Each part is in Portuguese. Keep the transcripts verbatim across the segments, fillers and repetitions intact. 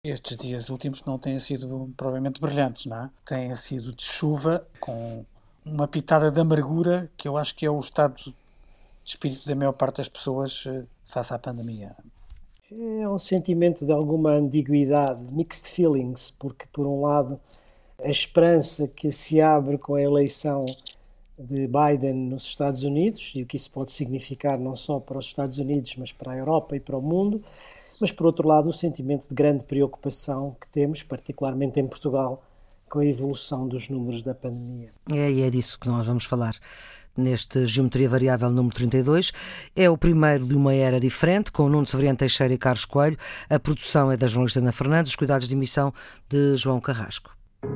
Estes dias últimos não têm sido provavelmente brilhantes, não é? Têm sido de chuva com uma pitada de amargura que eu acho que é o estado de espírito da maior parte das pessoas eh, face à pandemia. É um sentimento de alguma ambiguidade, mixed feelings, porque por um lado a esperança que se abre com a eleição de Biden nos Estados Unidos e o que isso pode significar não só para os Estados Unidos, mas para a Europa e para o mundo, mas por outro lado o sentimento de grande preocupação que temos, particularmente em Portugal, com a evolução dos números da pandemia. É, e é disso que nós vamos falar neste Geometria Variável número trinta e dois. É o primeiro de uma era diferente, com Nuno Severiano Teixeira e Carlos Coelho. A produção é da jornalista Ana Fernandes, os cuidados de emissão de João Carrasco.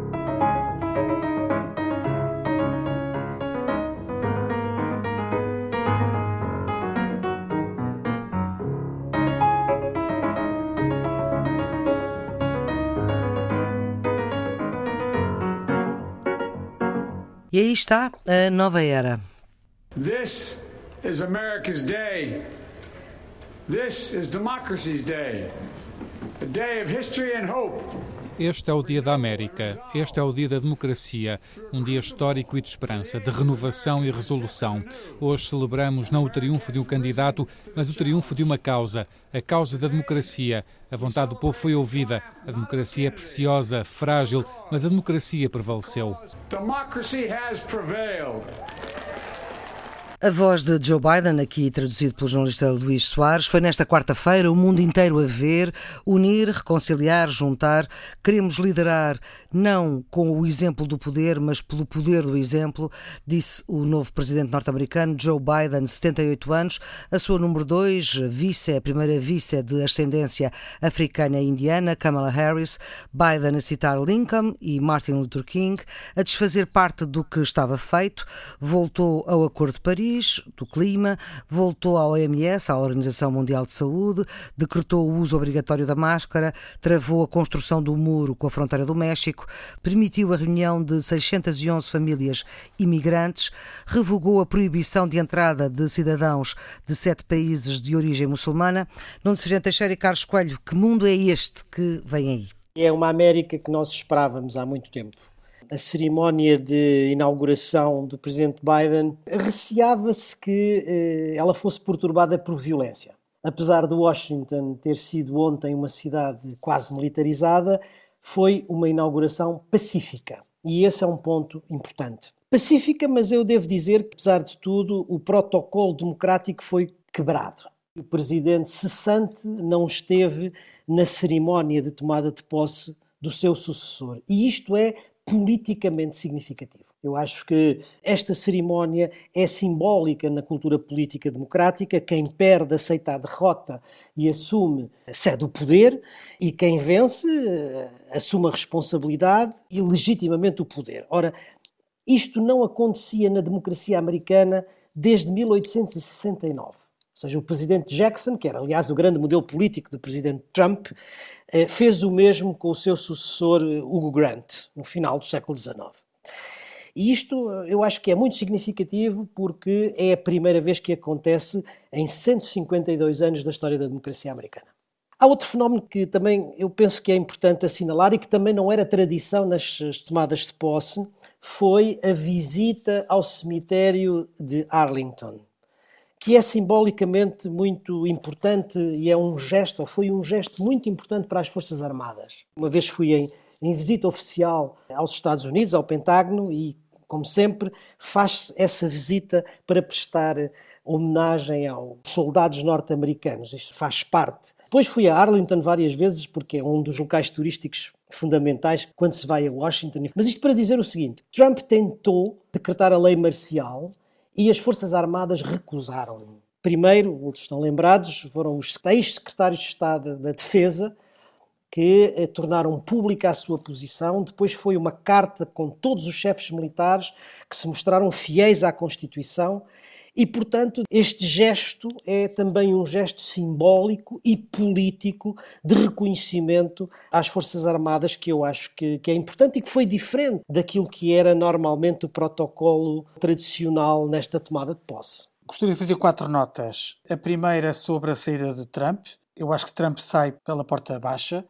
E aí está a nova era. This is America's day. This is democracy's day. A day of history and hope. Este é o dia da América, este é o dia da democracia, um dia histórico e de esperança, de renovação e resolução. Hoje celebramos não o triunfo de um candidato, mas o triunfo de uma causa, a causa da democracia. A vontade do povo foi ouvida, a democracia é preciosa, frágil, mas a democracia prevaleceu. Democracy has prevailed. A voz de Joe Biden, aqui traduzido pelo jornalista Luís Soares, foi nesta quarta-feira o mundo inteiro a ver, unir, reconciliar, juntar. Queremos liderar não com o exemplo do poder, mas pelo poder do exemplo, disse o novo presidente norte-americano, Joe Biden, setenta e oito anos, a sua número dois, vice, a primeira vice de ascendência africana e indiana, Kamala Harris. Biden a citar Lincoln e Martin Luther King, a desfazer parte do que estava feito, voltou ao Acordo de Paris, do clima, voltou à O M S, à Organização Mundial de Saúde, decretou o uso obrigatório da máscara, travou a construção do muro com a fronteira do México, permitiu a reunião de seiscentas e onze famílias imigrantes, revogou a proibição de entrada de cidadãos de sete países de origem muçulmana. Nuno Severiano Teixeira e Carlos Coelho, que mundo é este que vem aí? É uma América que nós esperávamos há muito tempo. A cerimónia de inauguração do presidente Biden, receava-se que eh, ela fosse perturbada por violência. Apesar de Washington ter sido ontem uma cidade quase militarizada, foi uma inauguração pacífica. E esse é um ponto importante. Pacífica, mas eu devo dizer que, apesar de tudo, o protocolo democrático foi quebrado. O presidente cessante não esteve na cerimónia de tomada de posse do seu sucessor. E isto é politicamente significativo. Eu acho que esta cerimónia é simbólica na cultura política democrática. Quem perde aceita a derrota e assume, cede o poder, e quem vence assume a responsabilidade e legitimamente o poder. Ora, isto não acontecia na democracia americana desde mil oitocentos e sessenta e nove. Ou seja, o presidente Jackson, que era aliás o grande modelo político do presidente Trump, fez o mesmo com o seu sucessor Hugo Grant, no final do século dezenove. E isto eu acho que é muito significativo porque é a primeira vez que acontece em cento e cinquenta e dois anos da história da democracia americana. Há outro fenómeno que também eu penso que é importante assinalar e que também não era tradição nas tomadas de posse, foi a visita ao cemitério de Arlington, que é simbolicamente muito importante e é um gesto, ou foi um gesto muito importante para as Forças Armadas. Uma vez fui em, em visita oficial aos Estados Unidos, ao Pentágono, e, como sempre, faz-se essa visita para prestar homenagem aos soldados norte-americanos. Isto faz parte. Depois fui a Arlington várias vezes, porque é um dos locais turísticos fundamentais quando se vai a Washington. Mas isto para dizer o seguinte: Trump tentou decretar a lei marcial e as Forças Armadas recusaram-no. Primeiro, estão lembrados, foram os ex-secretários de Estado da Defesa que eh, tornaram pública a sua posição. Depois foi uma carta com todos os chefes militares que se mostraram fiéis à Constituição e, portanto, este gesto é também um gesto simbólico e político de reconhecimento às Forças Armadas que eu acho que, que é importante e que foi diferente daquilo que era normalmente o protocolo tradicional nesta tomada de posse. Gostaria de fazer quatro notas. A primeira sobre a saída de Trump. Eu acho que Trump sai pela porta baixa.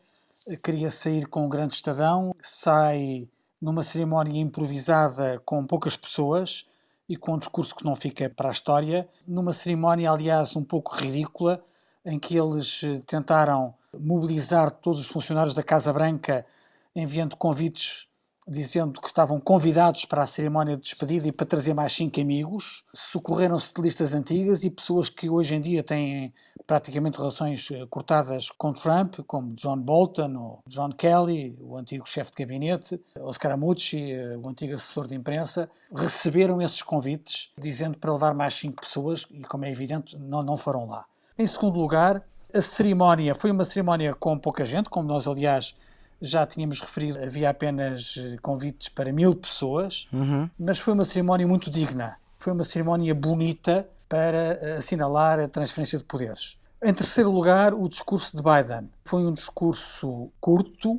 queria sair com um grande estadão, sai numa cerimónia improvisada com poucas pessoas e com um discurso que não fica para a história, numa cerimónia, aliás, um pouco ridícula, em que eles tentaram mobilizar todos os funcionários da Casa Branca, enviando convites dizendo que estavam convidados para a cerimónia de despedida e para trazer mais cinco amigos. Socorreram-se de listas antigas e pessoas que hoje em dia têm praticamente relações cortadas com Trump, como John Bolton, ou John Kelly, o antigo chefe de gabinete, ou Scaramucci, o antigo assessor de imprensa, receberam esses convites, dizendo para levar mais cinco pessoas e, como é evidente, não, não foram lá. Em segundo lugar, a cerimónia foi uma cerimónia com pouca gente, como nós, aliás, já tínhamos referido, havia apenas convites para mil pessoas, uhum. mas foi uma cerimónia muito digna. Foi uma cerimónia bonita para assinalar a transferência de poderes. Em terceiro lugar, o discurso de Biden. Foi um discurso curto,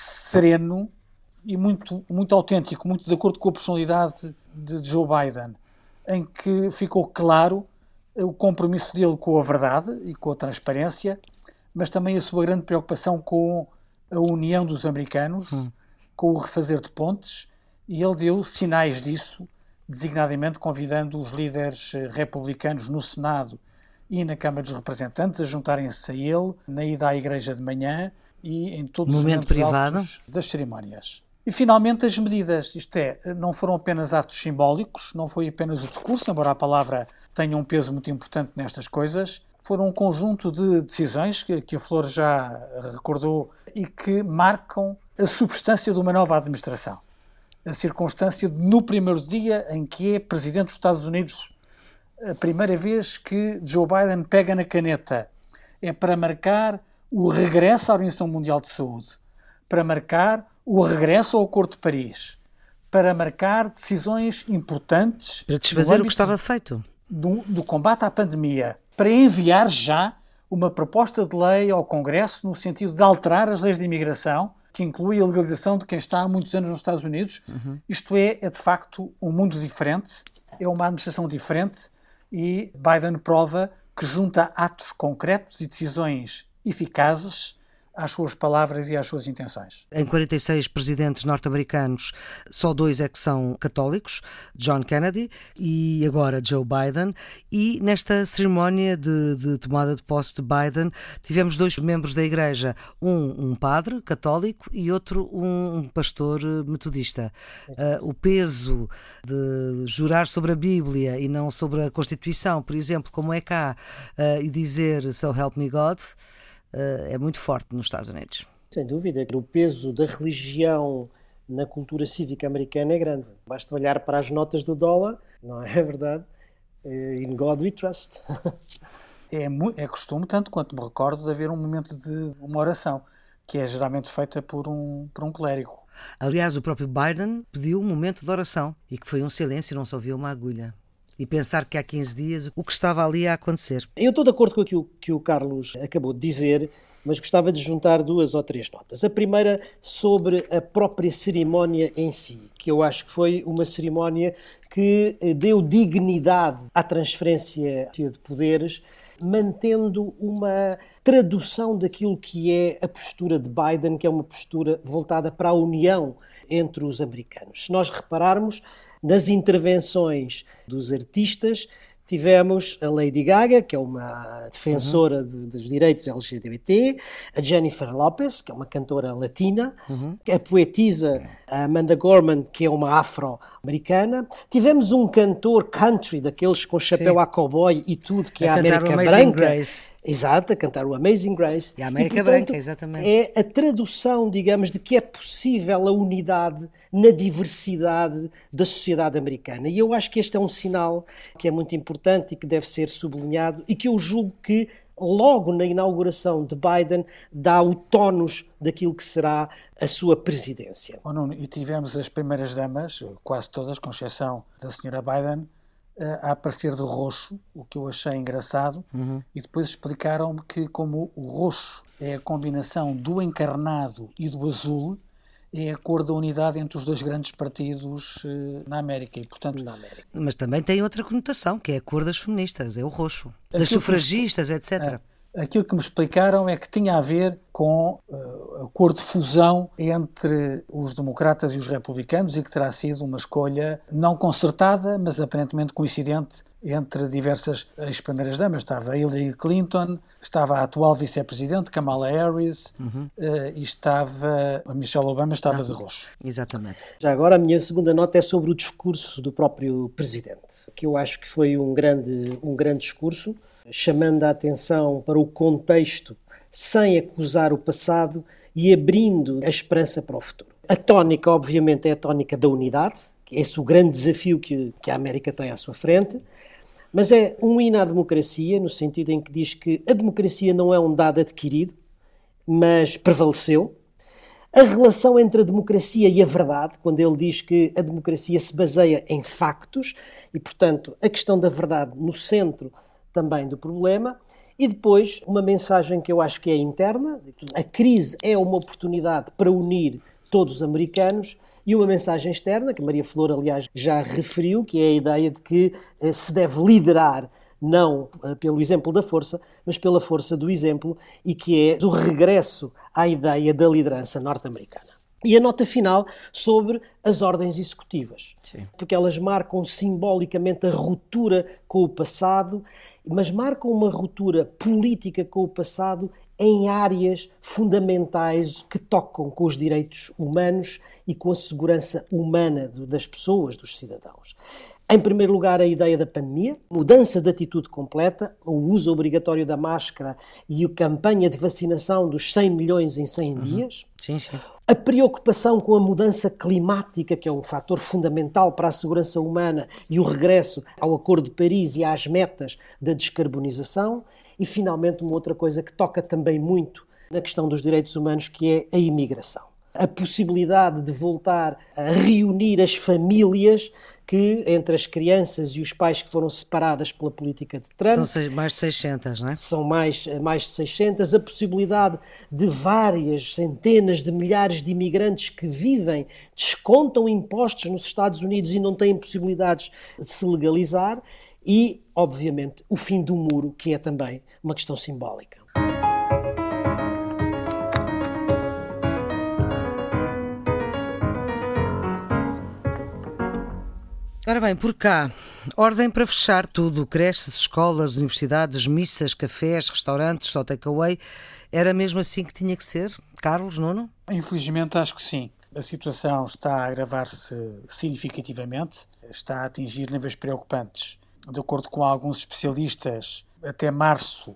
sereno e muito, muito autêntico, muito de acordo com a personalidade de Joe Biden, em que ficou claro o compromisso dele com a verdade e com a transparência, mas também a sua grande preocupação com a união dos americanos, hum. com o refazer de pontes, e ele deu sinais disso, designadamente convidando os líderes republicanos no Senado e na Câmara dos Representantes a juntarem-se a ele na ida à igreja de manhã e em todos os momentos altos das cerimónias. E finalmente as medidas, isto é, não foram apenas atos simbólicos, não foi apenas o discurso, embora a palavra tenha um peso muito importante nestas coisas, foram um conjunto de decisões que, que a Flor já recordou e que marcam a substância de uma nova administração. A circunstância de, no primeiro dia em que é Presidente dos Estados Unidos, a primeira vez que Joe Biden pega na caneta, é para marcar o regresso à Organização Mundial de Saúde, para marcar o regresso ao Acordo de Paris, para marcar decisões importantes... Para desfazer o que estava feito. Do, do combate à pandemia, para enviar já uma proposta de lei ao Congresso no sentido de alterar as leis de imigração, que inclui a legalização de quem está há muitos anos nos Estados Unidos. Uhum. Isto é, é, de facto, um mundo diferente, é uma administração diferente e Biden prova que junta atos concretos e decisões eficazes às suas palavras e às suas intenções. Em quarenta e seis presidentes norte-americanos, só dois é que são católicos, John Kennedy e agora Joe Biden, e nesta cerimónia de, de tomada de posse de Biden tivemos dois membros da igreja, um, um padre católico e outro um, um pastor metodista. Uh, o peso de jurar sobre a Bíblia e não sobre a Constituição, por exemplo, como é cá, uh, e dizer "So help me God", é muito forte nos Estados Unidos. Sem dúvida, o peso da religião na cultura cívica americana é grande. Basta olhar para as notas do dólar, não é verdade? In God we trust. É, é costume, tanto quanto me recordo, de haver um momento de uma oração, que é geralmente feita por um, por um clérigo. Aliás, o próprio Biden pediu um momento de oração e que foi um silêncio, não se ouviu uma agulha. E pensar que há quinze dias o que estava ali a acontecer. Eu estou de acordo com aquilo que o Carlos acabou de dizer, mas gostava de juntar duas ou três notas. A primeira sobre a própria cerimónia em si, que eu acho que foi uma cerimónia que deu dignidade à transferência de poderes, mantendo uma tradução daquilo que é a postura de Biden, que é uma postura voltada para a união entre os americanos. Se nós repararmos, nas intervenções dos artistas, tivemos a Lady Gaga, que é uma defensora uhum. de, dos direitos L G B T, a Jennifer Lopez, que é uma cantora latina, uhum. a poetisa a Amanda Gorman, que é uma afro-americana. Tivemos um cantor country, daqueles com chapéu Sim. à cowboy e tudo, que a é a América Branca. Grace. Exato, a cantar o Amazing Grace. E a América e, portanto, Branca, exatamente. É a tradução, digamos, de que é possível a unidade na diversidade da sociedade americana. E eu acho que este é um sinal que é muito importante e que deve ser sublinhado e que eu julgo que logo na inauguração de Biden dá o tónus daquilo que será a sua presidência. Oh, Nuno, e tivemos as primeiras damas, quase todas, com exceção da senhora Biden, a aparecer de roxo, o que eu achei engraçado, uhum. e depois explicaram-me que como o roxo é a combinação do encarnado e do azul, é a cor da unidade entre os dois grandes partidos uh, na América. E, portanto, na América. Mas também tem outra conotação, que é a cor das feministas, é o roxo. Das sufragistas, etcétera. Aquilo que me explicaram é que tinha a ver com uh, a cor de fusão entre os democratas e os republicanos e que terá sido uma escolha não concertada, mas aparentemente coincidente entre diversas ex-primeiras-damas. Estava Hillary Clinton, estava a atual vice-presidente Kamala Harris uhum. uh, e estava a Michelle Obama, estava ah, de roxo. Exatamente. Já agora a minha segunda nota é sobre o discurso do próprio presidente, que eu acho que foi um grande, um grande discurso, chamando a atenção para o contexto, sem acusar o passado e abrindo a esperança para o futuro. A tónica, obviamente, é a tónica da unidade, que é esse o grande desafio que, que a América tem à sua frente, mas é um hino à democracia, no sentido em que diz que a democracia não é um dado adquirido, mas prevaleceu. A relação entre a democracia e a verdade, quando ele diz que a democracia se baseia em factos, e, portanto, a questão da verdade no centro também do problema, e depois uma mensagem que eu acho que é interna, a crise é uma oportunidade para unir todos os americanos, e uma mensagem externa, que a Maria Flor, aliás, já referiu, que é a ideia de que eh, se deve liderar não eh, pelo exemplo da força, mas pela força do exemplo, e que é o regresso à ideia da liderança norte-americana. E a nota final sobre as ordens executivas, Sim. porque elas marcam simbolicamente a ruptura com o passado, mas marcam uma ruptura política com o passado em áreas fundamentais que tocam com os direitos humanos e com a segurança humana das pessoas, dos cidadãos. Em primeiro lugar, a ideia da pandemia, mudança de atitude completa, o uso obrigatório da máscara e a campanha de vacinação dos cem milhões em cem uhum. dias. Sim, sim. A preocupação com a mudança climática, que é um fator fundamental para a segurança humana, e o regresso ao Acordo de Paris e às metas da descarbonização. E, finalmente, uma outra coisa que toca também muito na questão dos direitos humanos, que é a imigração. A possibilidade de voltar a reunir as famílias que, entre as crianças e os pais que foram separadas pela política de Trump... São mais de seiscentas, não é? São mais, mais de seiscentas. A possibilidade de várias centenas de milhares de imigrantes que vivem, descontam impostos nos Estados Unidos e não têm possibilidades de se legalizar. E, obviamente, o fim do muro, que é também uma questão simbólica. Ora bem, por cá, ordem para fechar tudo, creches, escolas, universidades, missas, cafés, restaurantes, só takeaway. Era mesmo assim que tinha que ser? Carlos, Nuno? Infelizmente acho que sim. A situação está a agravar-se significativamente, está a atingir níveis preocupantes. De acordo com alguns especialistas, até março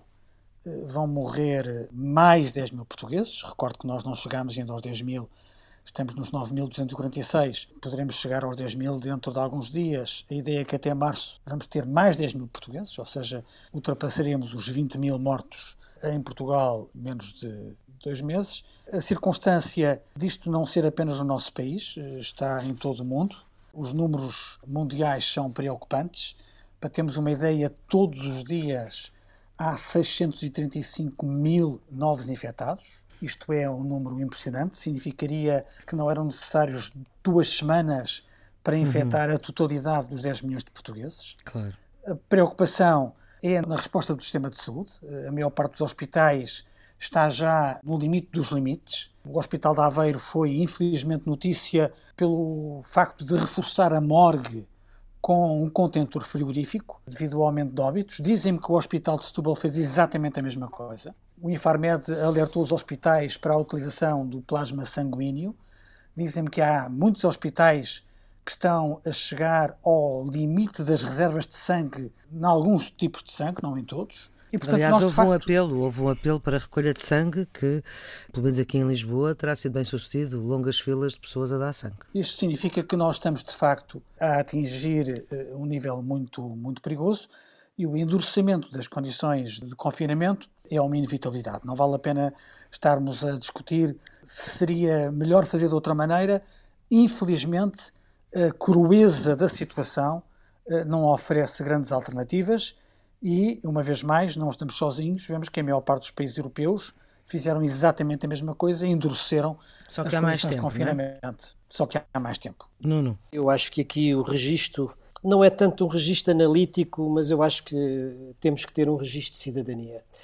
vão morrer mais dez mil portugueses. Recordo que nós não chegámos ainda aos dez mil. Estamos nos nove mil duzentos e quarenta e seis, poderemos chegar aos dez mil dentro de alguns dias. A ideia é que até março vamos ter mais dez mil portugueses, ou seja, ultrapassaremos os vinte mil mortos em Portugal em menos de dois meses. A circunstância disto não ser apenas no nosso país, está em todo o mundo. Os números mundiais são preocupantes. Para termos uma ideia, todos os dias há seiscentos e trinta e cinco mil novos infectados. Isto é um número impressionante, significaria que não eram necessários duas semanas para infectar uhum. a totalidade dos dez milhões de portugueses. Claro. A preocupação é na resposta do sistema de saúde. A maior parte dos hospitais está já no limite dos limites. O Hospital de Aveiro foi, infelizmente, notícia pelo facto de reforçar a morgue com um contentor frigorífico, devido ao aumento de óbitos. Dizem-me que o Hospital de Setúbal fez exatamente a mesma coisa. O Infarmed alertou os hospitais para a utilização do plasma sanguíneo. Dizem-me que há muitos hospitais que estão a chegar ao limite das reservas de sangue em alguns tipos de sangue, não em todos. E, portanto, aliás, nós, houve, facto... um apelo, houve um apelo para a recolha de sangue que, pelo menos aqui em Lisboa, terá sido bem sucedido, longas filas de pessoas a dar sangue. Isto significa que nós estamos, de facto, a atingir uh, um nível muito, muito perigoso, e o endurecimento das condições de confinamento é uma inevitabilidade. Não vale a pena estarmos a discutir se seria melhor fazer de outra maneira. Infelizmente, a crueza da situação uh, não oferece grandes alternativas. E, uma vez mais, não estamos sozinhos, vemos que a maior parte dos países europeus fizeram exatamente a mesma coisa e endureceram Só que as há mais condições tempo, de confinamento. Não é? Só que há mais tempo. Nuno. Eu acho que aqui o registro não é tanto um registro analítico, mas eu acho que temos que ter um registro de cidadania.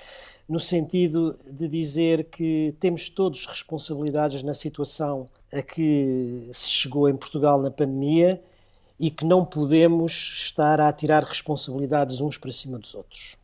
no sentido de dizer que temos todos responsabilidades na situação a que se chegou em Portugal na pandemia e que não podemos estar a atirar responsabilidades uns para cima dos outros.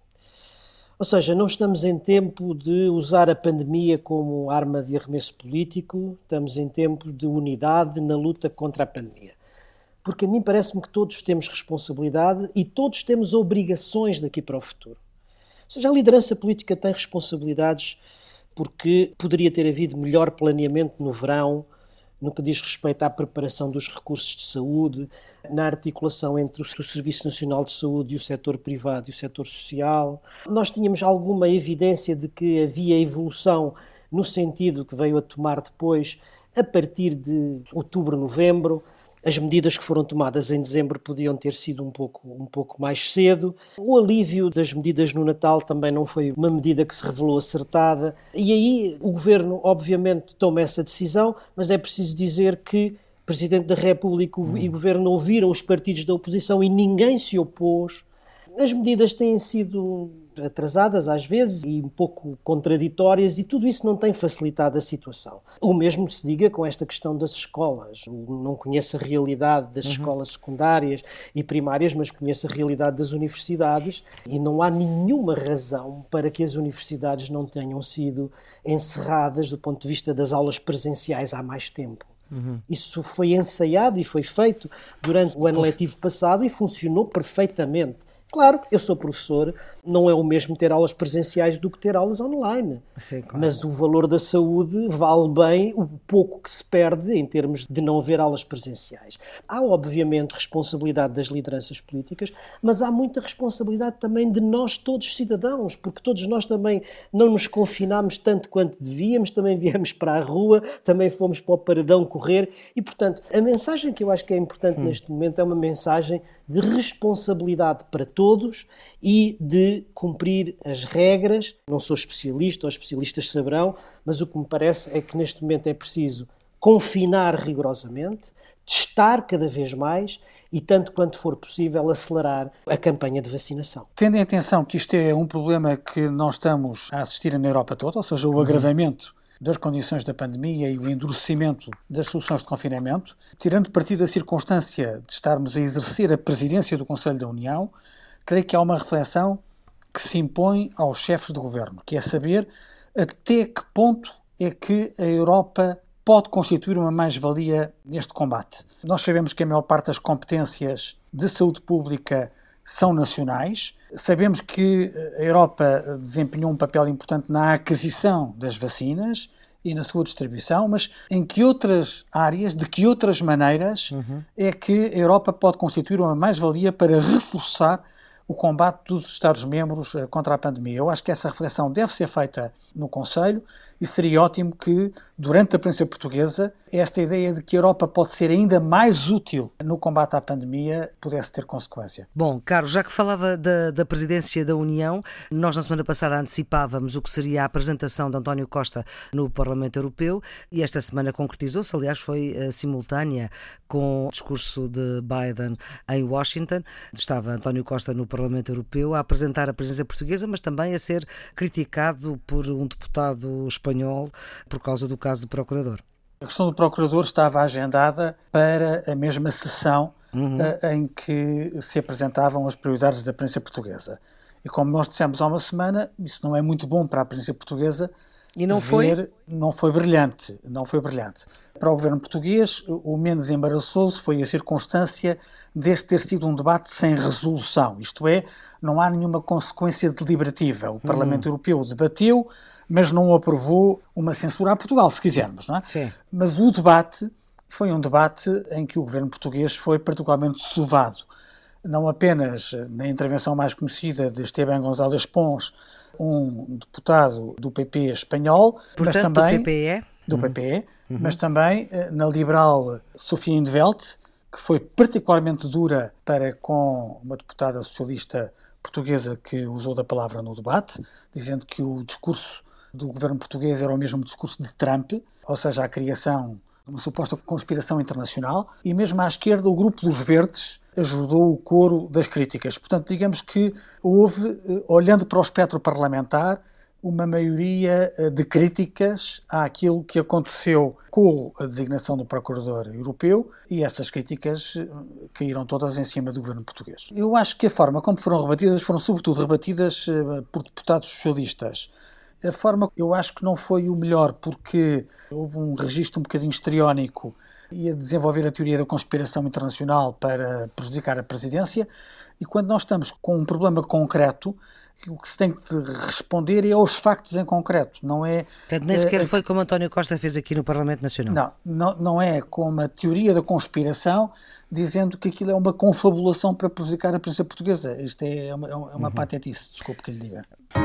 Ou seja, não estamos em tempo de usar a pandemia como arma de arremesso político, estamos em tempo de unidade na luta contra a pandemia. Porque a mim parece-me que todos temos responsabilidade e todos temos obrigações daqui para o futuro. Ou seja, a liderança política tem responsabilidades porque poderia ter havido melhor planeamento no verão, no que diz respeito à preparação dos recursos de saúde, na articulação entre o Serviço Nacional de Saúde e o setor privado e o setor social. Nós tínhamos alguma evidência de que havia evolução no sentido que veio a tomar depois, a partir de outubro, novembro. As medidas que foram tomadas em dezembro podiam ter sido um pouco, um pouco mais cedo. O alívio das medidas no Natal também não foi uma medida que se revelou acertada. E aí o Governo, obviamente, toma essa decisão, mas é preciso dizer que o Presidente da República e o Governo ouviram os partidos da oposição e ninguém se opôs. As medidas têm sido atrasadas às vezes e um pouco contraditórias e tudo isso não tem facilitado a situação. O mesmo se diga com esta questão das escolas. Eu não conheço a realidade das uhum. escolas secundárias e primárias, mas conheço a realidade das universidades e não há nenhuma razão para que as universidades não tenham sido encerradas do ponto de vista das aulas presenciais há mais tempo. Uhum. Isso foi ensaiado e foi feito durante o ano letivo passado e funcionou perfeitamente. Claro, eu sou professor, não é o mesmo ter aulas presenciais do que ter aulas online. Sim, claro. Mas o valor da saúde vale bem o pouco que se perde em termos de não haver aulas presenciais. Há, obviamente, responsabilidade das lideranças políticas, mas há muita responsabilidade também de nós todos cidadãos, porque todos nós também não nos confinámos tanto quanto devíamos, também viemos para a rua, também fomos para o paredão correr e, portanto, a mensagem que eu acho que é importante hum. neste momento é uma mensagem de responsabilidade para todos e de cumprir as regras. Não sou especialista, os especialistas saberão, mas o que me parece é que neste momento é preciso confinar rigorosamente, testar cada vez mais e, tanto quanto for possível, acelerar a campanha de vacinação. Tendo em atenção que isto é um problema que nós estamos a assistir na Europa toda, ou seja, o uhum. agravamento das condições da pandemia e o endurecimento das soluções de confinamento, tirando partido da circunstância de estarmos a exercer a presidência do Conselho da União, creio que há uma reflexão que se impõe aos chefes de governo, que é saber até que ponto é que a Europa pode constituir uma mais-valia neste combate. Nós sabemos que a maior parte das competências de saúde pública são nacionais. Sabemos que a Europa desempenhou um papel importante na aquisição das vacinas e na sua distribuição, mas em que outras áreas, de que outras maneiras uhum. é que a Europa pode constituir uma mais-valia para reforçar o combate dos Estados-membros contra a pandemia? Eu acho que essa reflexão deve ser feita no Conselho e seria ótimo que, durante a presidência portuguesa, esta ideia de que a Europa pode ser ainda mais útil no combate à pandemia pudesse ter consequência. Bom, Carlos, já que falava da, da presidência da União, nós na semana passada antecipávamos o que seria a apresentação de António Costa no Parlamento Europeu e esta semana concretizou-se, aliás foi uh, simultânea com o discurso de Biden em Washington. Estava António Costa no Parlamento Europeu a apresentar a presidência portuguesa, mas também a ser criticado por um deputado espanhol por causa do caso do Procurador. A questão do Procurador estava agendada para a mesma sessão uhum. uh, em que se apresentavam as prioridades da presidência portuguesa. E como nós dissemos há uma semana, isso não é muito bom para a presidência portuguesa. E não foi? Não foi brilhante, não foi brilhante. Para o governo português, o menos embaraçoso foi a circunstância deste ter sido um debate sem resolução. Isto é, não há nenhuma consequência deliberativa. O Parlamento uhum. Europeu debateu, mas não aprovou uma censura a Portugal, se quisermos, não é? Sim. Mas o debate foi um debate em que o governo português foi particularmente sovado. Não apenas na intervenção mais conhecida de Esteban González Pons, um deputado do P P espanhol, portanto, mas também do P P E, do uhum. P P E uhum. mas também na liberal Sofia in 't Veld, que foi particularmente dura para com uma deputada socialista portuguesa que usou da palavra no debate, dizendo que o discurso do governo português era o mesmo discurso de Trump, ou seja, a criação de uma suposta conspiração internacional, e mesmo à esquerda o grupo dos Verdes ajudou o coro das críticas. Portanto, digamos que houve, olhando para o espectro parlamentar, uma maioria de críticas àquilo que aconteceu com a designação do Procurador Europeu, e essas críticas caíram todas em cima do governo português. Eu acho que a forma como foram rebatidas foram sobretudo rebatidas por deputados socialistas. A forma, eu acho que não foi o melhor, porque houve um registro um bocadinho histriónico e a desenvolver a teoria da conspiração internacional para prejudicar a presidência, e quando nós estamos com um problema concreto, o que se tem que responder é aos factos em concreto, não é... Portanto, nem sequer foi como António Costa fez aqui no Parlamento Nacional. Não, não, não é como a teoria da conspiração, dizendo que aquilo é uma confabulação para prejudicar a presidência portuguesa. Isto é uma, é uma uhum. patetice, desculpe que lhe diga.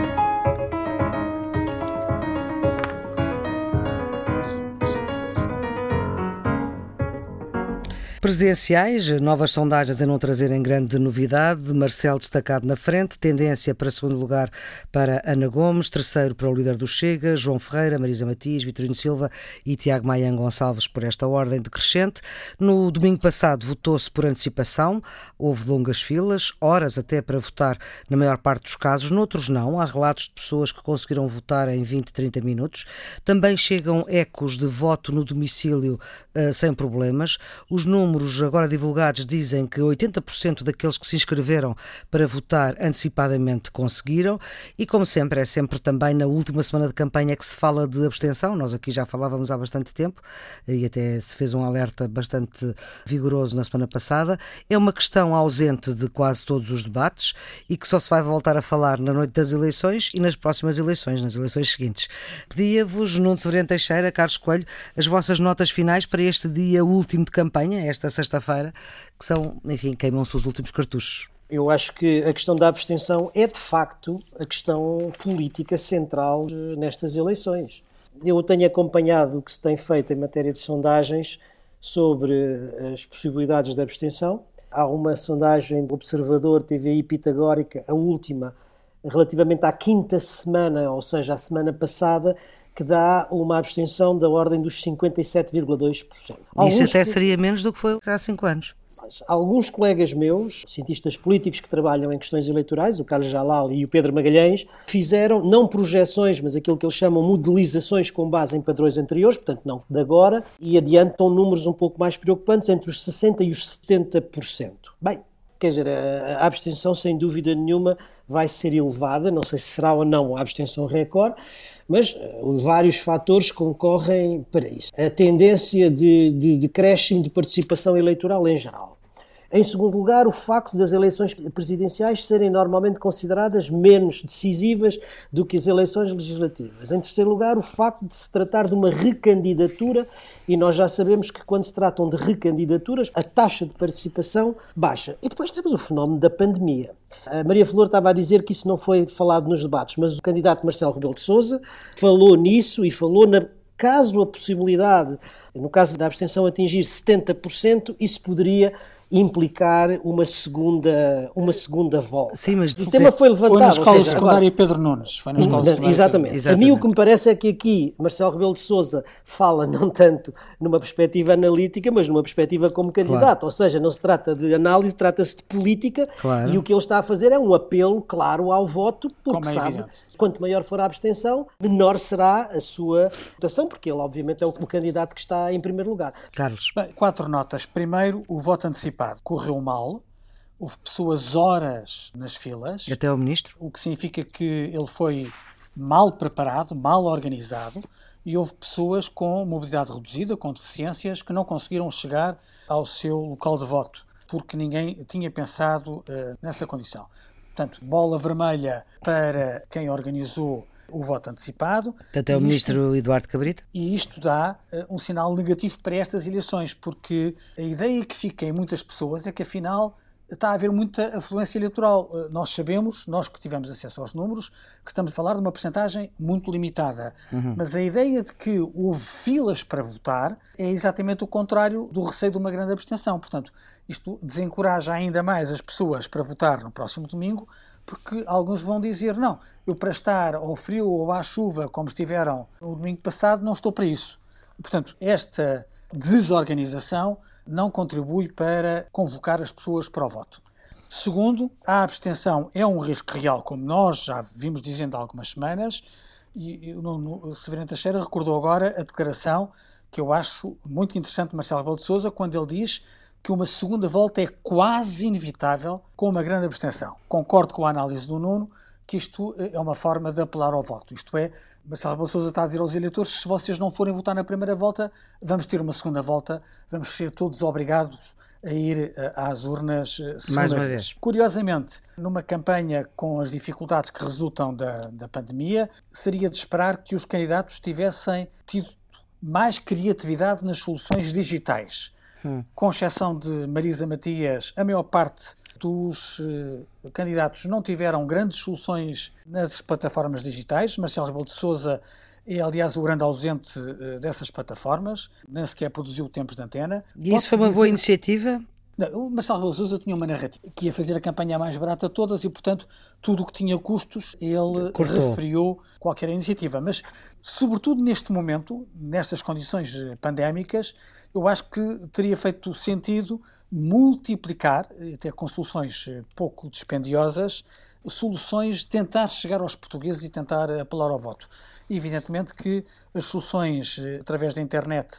Presidenciais, novas sondagens a não trazerem grande novidade, Marcelo destacado na frente, tendência para segundo lugar para Ana Gomes, terceiro para o líder do Chega, João Ferreira, Marisa Matias, Vitorino Silva e Tiago Maia Gonçalves por esta ordem decrescente. No domingo passado votou-se por antecipação, houve longas filas, horas até para votar na maior parte dos casos, noutros não, há relatos de pessoas que conseguiram votar em vinte, trinta minutos. Também chegam ecos de voto no domicílio uh, sem problemas. Os números Números agora divulgados dizem que oitenta por cento daqueles que se inscreveram para votar antecipadamente conseguiram e, como sempre, é sempre também na última semana de campanha que se fala de abstenção. Nós aqui já falávamos há bastante tempo e até se fez um alerta bastante vigoroso na semana passada. É uma questão ausente de quase todos os debates e que só se vai voltar a falar na noite das eleições e nas próximas eleições, nas eleições seguintes. Pedia-vos, Nuno Severino Teixeira, Carlos Coelho, as vossas notas finais para este dia último de campanha, esta sexta-feira, que são, enfim, queimam-se os últimos cartuchos. Eu acho que a questão da abstenção é, de facto, a questão política central nestas eleições. Eu tenho acompanhado o que se tem feito em matéria de sondagens sobre as possibilidades de abstenção. Há uma sondagem do Observador T V I pitagórica, a última, relativamente à quinta semana, ou seja, a semana passada, que dá uma abstenção da ordem dos cinquenta e sete vírgula dois por cento. Isso até seria menos do que foi há cinco anos. Alguns colegas meus, cientistas políticos que trabalham em questões eleitorais, o Carlos Jalal e o Pedro Magalhães, fizeram, não projeções, mas aquilo que eles chamam modelizações com base em padrões anteriores, portanto não de agora, e adiantam números um pouco mais preocupantes, entre os sessenta por cento e os setenta por cento. Bem, quer dizer, a abstenção, sem dúvida nenhuma, vai ser elevada, não sei se será ou não a abstenção recorde, mas uh, vários fatores concorrem para isso. A tendência de, de, de crescimento de participação eleitoral em geral. Em segundo lugar, o facto das eleições presidenciais serem normalmente consideradas menos decisivas do que as eleições legislativas. Em terceiro lugar, o facto de se tratar de uma recandidatura, e nós já sabemos que quando se tratam de recandidaturas, a taxa de participação baixa. E depois temos o fenómeno da pandemia. A Maria Flor estava a dizer que isso não foi falado nos debates, mas o candidato Marcelo Rebelo de Sousa falou nisso e falou na... Caso a possibilidade, no caso da abstenção, atingir setenta por cento, isso poderia implicar uma segunda, uma segunda volta. Sim, mas o tema foi levantado. Foi na escola seja, secundária Pedro Nunes. Foi na escola secundária exatamente. Exatamente. A mim o que me parece é que aqui Marcelo Rebelo de Sousa fala não tanto numa perspectiva analítica, mas numa perspectiva como candidato. Claro. Ou seja, não se trata de análise, trata-se de política. Claro. E o que ele está a fazer é um apelo claro ao voto, porque como é sabe, evidente, quanto maior for a abstenção, menor será a sua votação, porque ele obviamente é o, o candidato que está em primeiro lugar. Carlos. Bem, quatro notas. Primeiro, o voto antecipado correu mal, houve pessoas horas nas filas. Até o ministro. O que significa que ele foi mal preparado, mal organizado, e houve pessoas com mobilidade reduzida, com deficiências, que não conseguiram chegar ao seu local de voto, porque ninguém tinha pensado uh, nessa condição. Portanto, bola vermelha para quem organizou o voto antecipado. Portanto, é o ministro isto, Eduardo Cabrita. E isto dá uh, um sinal negativo para estas eleições, porque a ideia que fica em muitas pessoas é que, afinal, está a haver muita afluência eleitoral. Uh, nós sabemos, nós que tivemos acesso aos números, que estamos a falar de uma percentagem muito limitada. Uhum. Mas a ideia de que houve filas para votar é exatamente o contrário do receio de uma grande abstenção. Portanto, isto desencoraja ainda mais as pessoas para votar no próximo domingo, porque alguns vão dizer, não, eu para estar ao frio ou à chuva, como estiveram no domingo passado, não estou para isso. Portanto, esta desorganização não contribui para convocar as pessoas para o voto. Segundo, a abstenção é um risco real, como nós já vimos dizendo há algumas semanas, e, e o, o Severino Teixeira recordou agora a declaração que eu acho muito interessante de Marcelo Rebelo de Sousa, quando ele diz que uma segunda volta é quase inevitável com uma grande abstenção. Concordo com a análise do Nuno, que isto é uma forma de apelar ao voto. Isto é, Marcelo Rebelo de Sousa está a dizer aos eleitores, se vocês não forem votar na primeira volta, vamos ter uma segunda volta, vamos ser todos obrigados a ir às urnas mais uma vez. vez. Curiosamente, numa campanha com as dificuldades que resultam da, da pandemia, seria de esperar que os candidatos tivessem tido mais criatividade nas soluções digitais. Hum. Com exceção de Marisa Matias, a maior parte dos uh, candidatos não tiveram grandes soluções nas plataformas digitais. Marcelo Rebelo de Sousa é, aliás, o grande ausente uh, dessas plataformas, nem sequer produziu tempos de antena. E isso Pode-se foi uma dizer... boa iniciativa? Não, o Marcelo Rebelo de Sousa tinha uma narrativa que ia fazer a campanha mais barata de todas e, portanto, tudo o que tinha custos, ele Cortou. referiu qualquer iniciativa. Mas, sobretudo neste momento, nestas condições pandémicas, eu acho que teria feito sentido multiplicar, até com soluções pouco dispendiosas, soluções de tentar chegar aos portugueses e tentar apelar ao voto. E, evidentemente que as soluções através da internet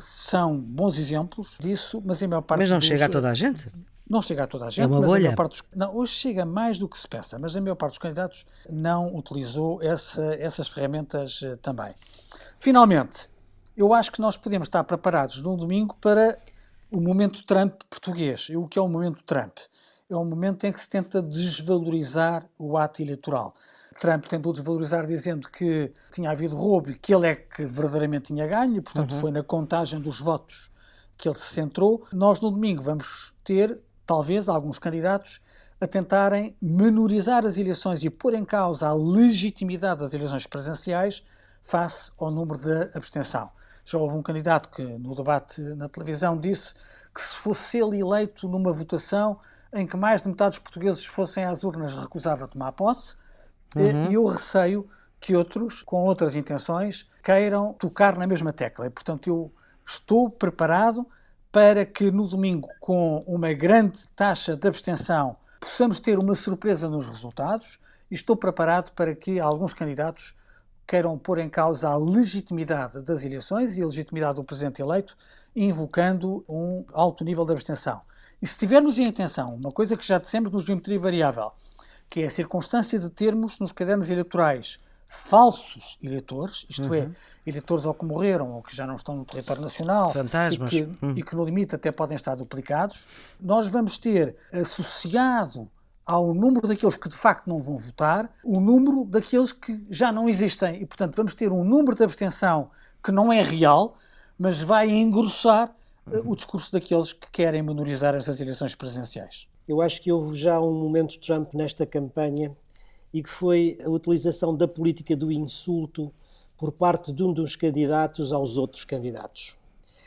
são bons exemplos disso, mas a maior parte Mas não dos... chega a toda a gente? Não chega a toda a gente. É uma mas bolha? A maior parte dos... Não, hoje chega mais do que se pensa, mas a maior parte dos candidatos não utilizou essa, essas ferramentas uh, também. Finalmente, eu acho que nós podemos estar preparados num domingo para o momento Trump português. E o que é o momento Trump? É um momento em que se tenta desvalorizar o ato eleitoral. Trump tentou desvalorizar dizendo que tinha havido roubo e que ele é que verdadeiramente tinha ganho, e, portanto, uhum. foi na contagem dos votos que ele se centrou. Nós, no domingo, vamos ter, talvez, alguns candidatos a tentarem menorizar as eleições e pôr em causa a legitimidade das eleições presenciais face ao número de abstenção. Já houve um candidato que, no debate na televisão, disse que se fosse ele eleito numa votação em que mais de metade dos portugueses fossem às urnas, recusava tomar posse. Uhum. E eu receio que outros, com outras intenções, queiram tocar na mesma tecla. E, portanto, eu estou preparado para que no domingo, com uma grande taxa de abstenção, possamos ter uma surpresa nos resultados, e estou preparado para que alguns candidatos queiram pôr em causa a legitimidade das eleições e a legitimidade do presidente eleito, invocando um alto nível de abstenção. E se tivermos em atenção uma coisa que já dissemos no Geometria Variável, que é a circunstância de termos nos cadernos eleitorais falsos eleitores, isto uhum. é, eleitores ou que morreram ou que já não estão no território nacional Fantasmas. E, que, uhum. e que no limite até podem estar duplicados, nós vamos ter associado ao número daqueles que de facto não vão votar o número daqueles que já não existem e, portanto, vamos ter um número de abstenção que não é real, mas vai engrossar uhum. o discurso daqueles que querem menorizar estas eleições presidenciais. Eu acho que houve já um momento Trump nesta campanha e que foi a utilização da política do insulto por parte de um dos candidatos aos outros candidatos.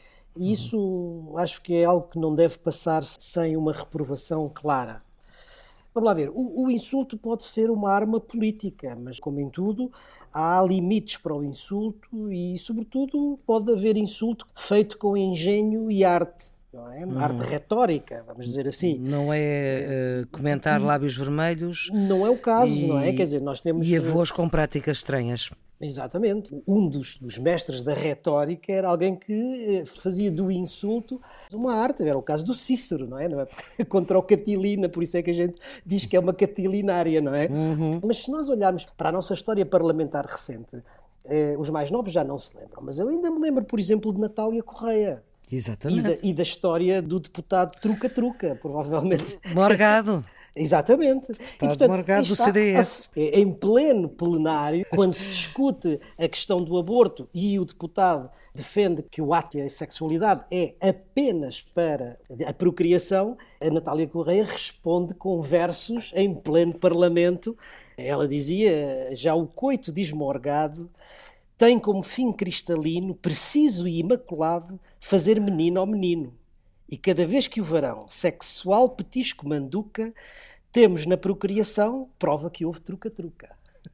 E isso uhum. acho que é algo que não deve passar sem uma reprovação clara. Vamos lá ver, o, o insulto pode ser uma arma política, mas como em tudo, há limites para o insulto e, sobretudo, pode haver insulto feito com engenho e arte. Não é? Hum. Arte retórica, vamos dizer assim. Não é uh, comentar lábios vermelhos. Não é o caso, e, não é? Quer dizer, nós temos... E avós com práticas estranhas. Exatamente. Um dos, dos mestres da retórica era alguém que fazia do insulto uma arte. Era o caso do Cícero, não é? Não é? Contra o Catilina, por isso é que a gente diz que é uma catilinária, não é? Uhum. Mas se nós olharmos para a nossa história parlamentar recente, eh, os mais novos já não se lembram, mas eu ainda me lembro, por exemplo, de Natália Correia. Exatamente. E da, e da história do deputado Truca-Truca, provavelmente. Morgado. Exatamente. Deputado e, portanto, Morgado do C D S. Em pleno plenário, quando se discute a questão do aborto e o deputado defende que o ato e a sexualidade é apenas para a procriação, a Natália Correia responde com versos em pleno parlamento. Ela dizia, já o coito diz Morgado, tem como fim cristalino, preciso e imaculado, fazer menino ao menino. E cada vez que o varão, sexual petisco manduca, temos na procriação prova que houve truca-truca.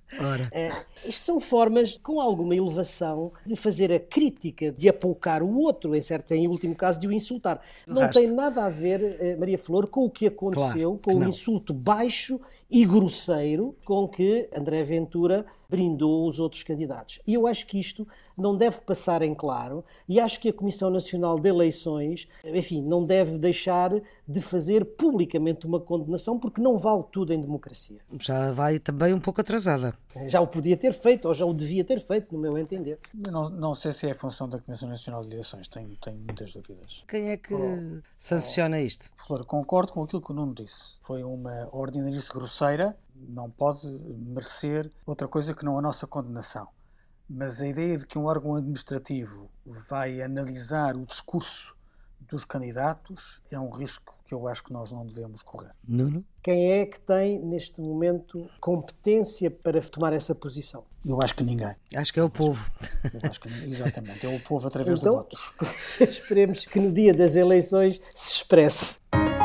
Ora. Uh, isto são formas, com alguma elevação, de fazer a crítica, de apoucar o outro, em certo, em último caso, de o insultar. O Não resto. tem nada a ver, uh, Maria Flor, com o que aconteceu, Claro, com que o não. insulto baixo e grosseiro com que André Ventura brindou os outros candidatos. E eu acho que isto não deve passar em claro, e acho que a Comissão Nacional de Eleições, enfim, não deve deixar de fazer publicamente uma condenação, porque não vale tudo em democracia. Já vai também um pouco atrasada. Já o podia ter feito, ou já o devia ter feito, no meu entender. Não, não sei se é a função da Comissão Nacional de Eleições, tenho, tenho muitas dúvidas. Quem é que Oh, sanciona isto? Flor, concordo com aquilo que o Nuno disse. Foi uma ordinarice grosseira, não pode merecer outra coisa que não a nossa condenação. Mas a ideia de que um órgão administrativo vai analisar o discurso dos candidatos é um risco que eu acho que nós não devemos correr. Nuno? Quem é que tem, neste momento, competência para tomar essa posição? Eu acho que ninguém. Acho que é o povo. Eu acho que, exatamente, é o povo através Então, do voto. esperemos que no dia das eleições se expresse.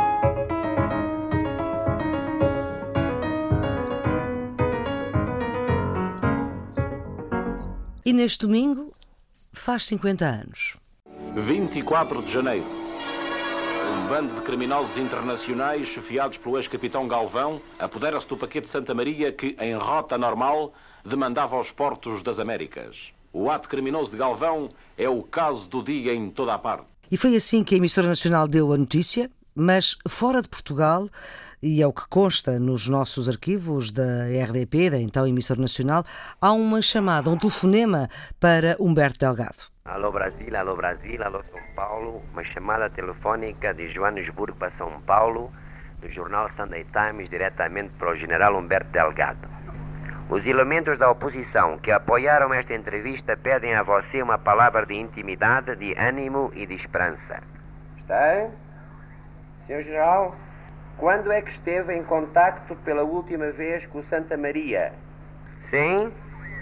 E neste domingo faz cinquenta anos. vinte e quatro de janeiro. Um bando de criminosos internacionais, chefiados pelo ex-capitão Galvão, apodera-se do paquete Santa Maria que, em rota normal, demandava aos portos das Américas. O ato criminoso de Galvão é o caso do dia em toda a parte. E foi assim que a emissora nacional deu a notícia, mas fora de Portugal, e é o que consta nos nossos arquivos da R D P, da então emissora nacional, há uma chamada, um telefonema para Humberto Delgado. Alô Brasil, alô Brasil, alô São Paulo, uma chamada telefónica de Joanesburgo para São Paulo, do jornal Sunday Times, diretamente para o general Humberto Delgado. Os elementos da oposição que apoiaram esta entrevista pedem a você uma palavra de intimidade, de ânimo e de esperança. Está? senhor General, quando é que esteve em contacto pela última vez com o Santa Maria? Sim?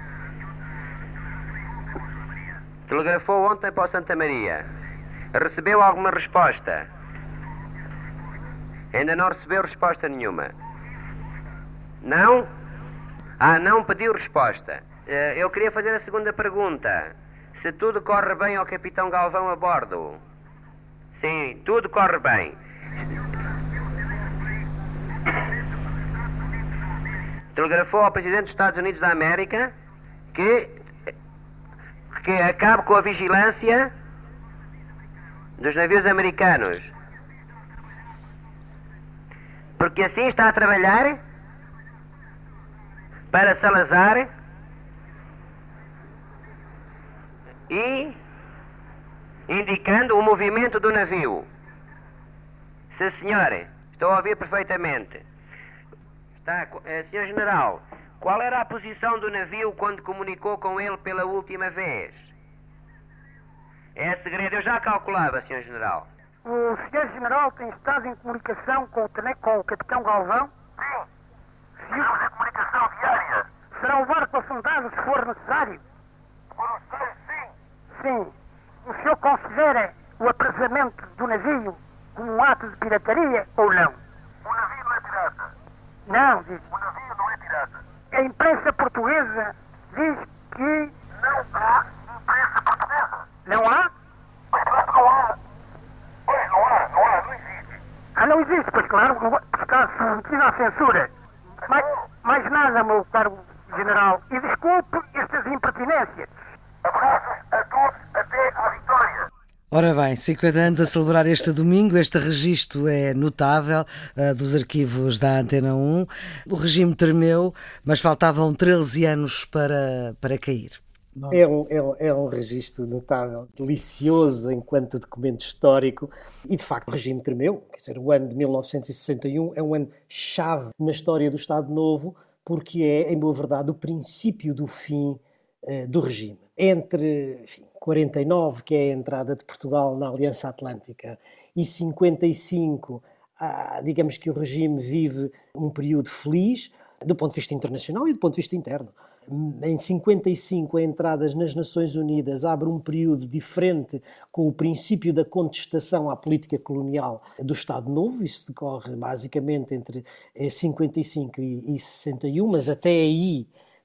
Telegrafou ontem para o Santa Maria. Recebeu alguma resposta? Ainda não recebeu resposta nenhuma. Não? Ah, não pediu resposta. Eu queria fazer a segunda pergunta. Se tudo corre bem ao capitão Galvão a bordo? Sim, tudo corre bem. Telegrafou ao Presidente dos Estados Unidos da América que, que acabe com a vigilância dos navios americanos. Porque assim está a trabalhar para Salazar e indicando o movimento do navio. Sim, senhor, estou a ouvir perfeitamente. Está, eh, senhor General, qual era a posição do navio quando comunicou com ele pela última vez? É segredo, eu já calculava, senhor General. O senhor General tem estado em comunicação com o, tene... com o capitão Galvão? Sim. Estamos em comunicação diária. Será o barco afundado se for necessário? Se for necessário, sim. Sim. O senhor considera o apresamento do navio como um ato de pirataria ou não? O navio não é pirata. Não, diz. O navio não é pirata. A imprensa portuguesa diz que... Não há imprensa portuguesa. Não há? Mas claro, não há. Pois, não há, não há, não existe. Ah, não existe, pois claro, não, está submetido à censura. Mais, mais nada, meu caro general. E desculpe estas impertinências. Abraços a todos até à vitória. Ora bem, cinquenta anos a celebrar este domingo. Este registro é notável uh, dos arquivos da Antena um. O regime tremeu, mas faltavam treze anos para, para cair. É um, é, um, é um registro notável, delicioso enquanto documento histórico, e de facto o regime tremeu. Quer dizer, o ano de mil novecentos e sessenta e um é um ano chave na história do Estado Novo, porque é, em boa verdade, o princípio do fim uh, do regime. Entre, enfim, quarenta e nove, que é a entrada de Portugal na Aliança Atlântica, e cinquenta e cinco, ah, digamos que o regime vive um período feliz, do ponto de vista internacional e do ponto de vista interno. Em cinquenta e cinco, a entrada nas Nações Unidas abre um período diferente com o princípio da contestação à política colonial do Estado Novo. Isso decorre basicamente entre cinquenta e cinco e sessenta e um, mas até aí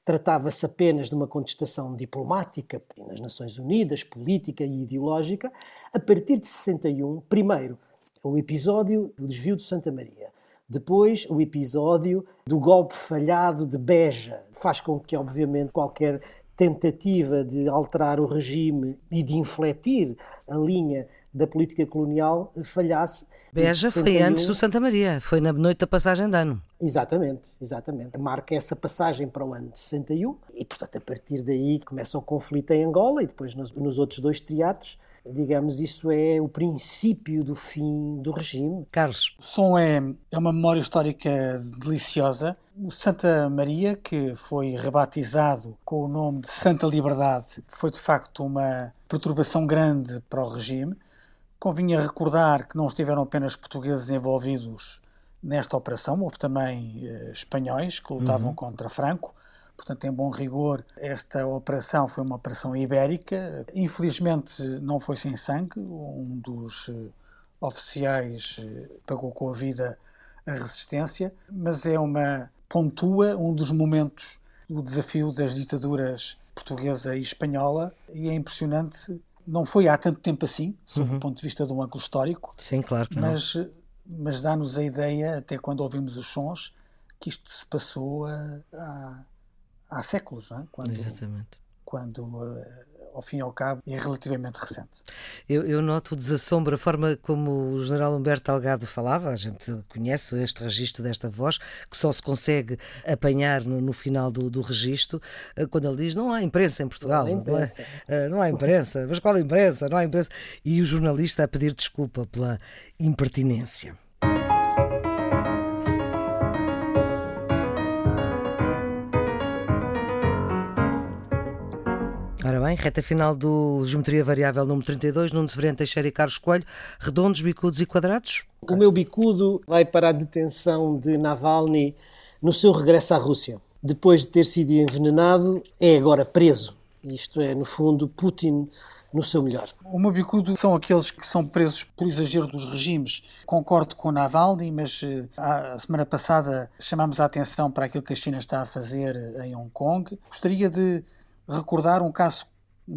tratava-se apenas de uma contestação diplomática nas Nações Unidas, política e ideológica. A partir de sessenta e um, primeiro, o episódio do desvio de Santa Maria. Depois, o episódio do golpe falhado de Beja. Faz com que, obviamente, qualquer tentativa de alterar o regime e de infletir a linha da política colonial falhasse. Beja foi antes do Santa Maria, foi na noite da passagem de ano. Exatamente, exatamente. Marca essa passagem para o ano de sessenta e um e, portanto, a partir daí começa o conflito em Angola e depois nos, nos outros dois teatros. Digamos, isso é o princípio do fim do regime. Carlos. O som é, é uma memória histórica deliciosa. O Santa Maria, que foi rebatizado com o nome de Santa Liberdade, foi de facto uma perturbação grande para o regime. Convinha recordar que não estiveram apenas portugueses envolvidos nesta operação, houve também eh, espanhóis que lutavam uhum. contra Franco. Portanto, em bom rigor, esta operação foi uma operação ibérica. Infelizmente, não foi sem sangue. Um dos uh, oficiais uh, pagou com a vida a resistência, mas é uma pontua um dos momentos do desafio das ditaduras portuguesa e espanhola, e é impressionante. Não foi há tanto tempo assim, sob uhum. o ponto de vista de um ângulo histórico. Sim, claro que não. Mas, mas dá-nos a ideia, até quando ouvimos os sons, que isto se passou a... a há séculos, não é? Quando, Exatamente. Quando, uh, ao fim e ao cabo, é relativamente recente. Eu, eu noto o desassombro, a forma como o general Humberto Delgado falava, a gente conhece este registro desta voz, que só se consegue apanhar no, no final do, do registro, uh, quando ele diz não há imprensa em Portugal. Não há imprensa. Não, é? uh, não há imprensa. Mas qual imprensa? Não há imprensa. E o jornalista a pedir desculpa pela impertinência. Ora bem, reta final do Geometria Variável número trinta e dois, Nuno Severino Teixeira e Carlos Coelho, redondos, bicudos e quadrados? O meu bicudo vai para a detenção de Navalny no seu regresso à Rússia. Depois de ter sido envenenado, é agora preso. Isto é, no fundo, Putin no seu melhor. O meu bicudo são aqueles que são presos por exagero dos regimes. Concordo com Navalny, mas a semana passada chamámos a atenção para aquilo que a China está a fazer em Hong Kong. Gostaria de recordar um caso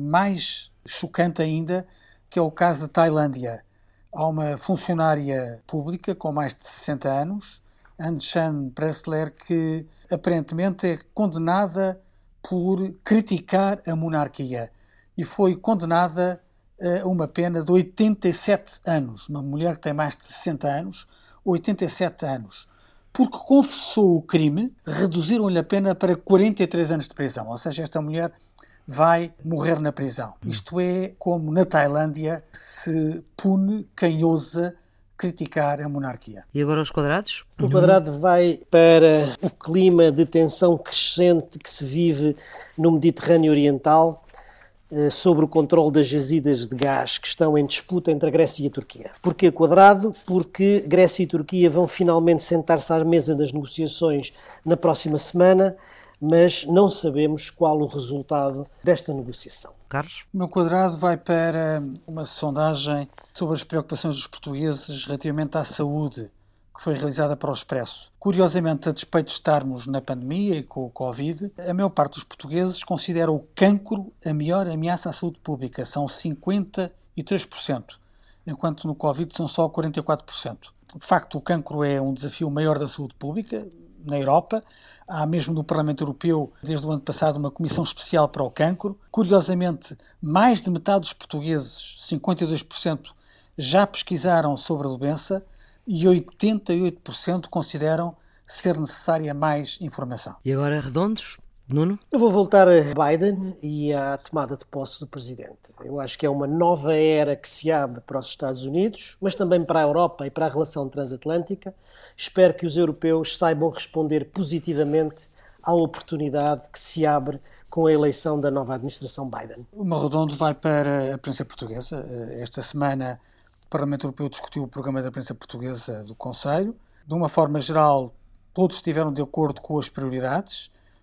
mais chocante ainda, que é o caso da Tailândia. Há uma funcionária pública com mais de sessenta anos, Aung San Pressler, que aparentemente é condenada por criticar a monarquia e foi condenada a uma pena de oitenta e sete anos. Uma mulher que tem mais de sessenta anos, oitenta e sete anos. Porque confessou o crime, reduziram-lhe a pena para quarenta e três anos de prisão. Ou seja, esta mulher vai morrer na prisão. Isto é como na Tailândia se pune quem ousa criticar a monarquia. E agora os quadrados? O quadrado vai para o clima de tensão crescente que se vive no Mediterrâneo Oriental sobre o controle das jazidas de gás que estão em disputa entre a Grécia e a Turquia. Porquê quadrado? Porque Grécia e Turquia vão finalmente sentar-se à mesa das negociações na próxima semana, mas não sabemos qual o resultado desta negociação. Carlos? O meu quadrado vai para uma sondagem sobre as preocupações dos portugueses relativamente à saúde, que foi realizada para o Expresso. Curiosamente, a despeito de estarmos na pandemia e com o Covid, a maior parte dos portugueses considera o cancro a maior ameaça à saúde pública. São cinquenta e três por cento, enquanto no Covid são só quarenta e quatro por cento. De facto, o cancro é um desafio maior da saúde pública na Europa. Há mesmo no Parlamento Europeu, desde o ano passado, uma comissão especial para o cancro. Curiosamente, mais de metade dos portugueses, cinquenta e dois por cento, já pesquisaram sobre a doença, e oitenta e oito por cento consideram ser necessária mais informação. E agora redondos? Nuno? Eu vou voltar a Biden e à tomada de posse do presidente. Eu acho que é uma nova era que se abre para os Estados Unidos, mas também para a Europa e para a relação transatlântica. Espero que os europeus saibam responder positivamente à oportunidade que se abre com a eleição da nova administração Biden. O meu redondo vai para a Prensa Portuguesa. Esta semana o Parlamento Europeu discutiu o programa da Prensa Portuguesa do Conselho. De uma forma geral, todos estiveram de acordo com as prioridades.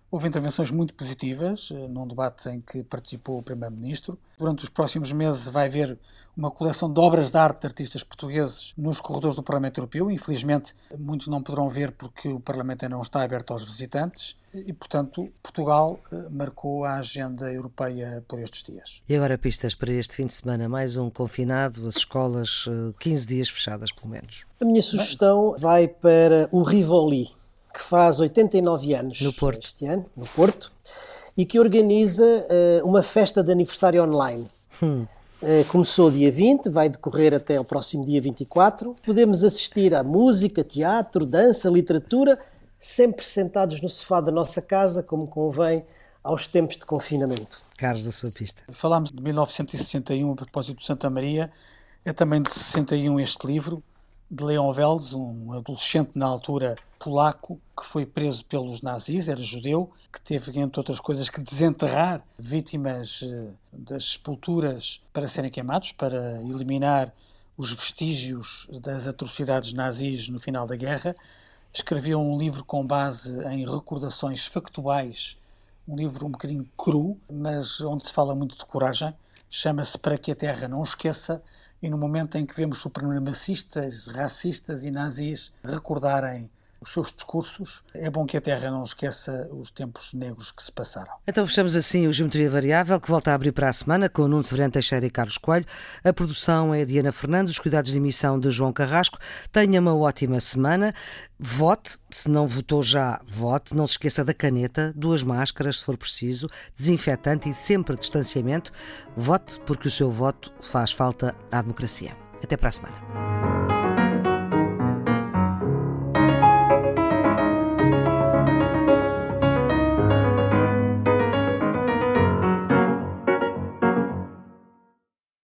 Houve intervenções muito positivas, num debate em que participou o Primeiro-Ministro. Durante os próximos meses vai haver uma coleção de obras de arte de artistas portugueses nos corredores do Parlamento Europeu. Infelizmente, muitos não poderão ver porque o Parlamento ainda não está aberto aos visitantes. E, portanto, Portugal marcou a agenda europeia por estes dias. E agora pistas para este fim de semana, mais um confinado, as escolas quinze dias fechadas, pelo menos. A minha sugestão vai para o Rivoli, que faz oitenta e nove anos no Porto. Este ano, no Porto, e que organiza uh, uma festa de aniversário online. Hum. Uh, começou dia vinte, vai decorrer até ao próximo dia vinte e quatro. Podemos assistir a música, teatro, dança, literatura, sempre sentados no sofá da nossa casa, como convém aos tempos de confinamento. Carlos, a sua pista. Falámos de mil novecentos e sessenta e um a propósito de Santa Maria. É também de sessenta e um este livro, de Leon Wels, um adolescente na altura polaco, que foi preso pelos nazis, era judeu, que teve, entre outras coisas, que desenterrar vítimas das sepulturas para serem queimados, para eliminar os vestígios das atrocidades nazis no final da guerra. Escreveu um livro com base em recordações factuais, um livro um bocadinho cru, mas onde se fala muito de coragem. Chama-se Para que a Terra Não Esqueça. E no momento em que vemos supremacistas, racistas e nazis recordarem os seus discursos, é bom que a Terra não esqueça os tempos negros que se passaram. Então fechamos assim o Geometria Variável, que volta a abrir para a semana com Nuno Severino Teixeira e Carlos Coelho. A produção é de Ana Fernandes, os cuidados de emissão de João Carrasco. Tenha uma ótima semana. Vote, se não votou já, vote. Não se esqueça da caneta, duas máscaras, se for preciso, desinfetante e sempre distanciamento. Vote, porque o seu voto faz falta à democracia. Até para a semana.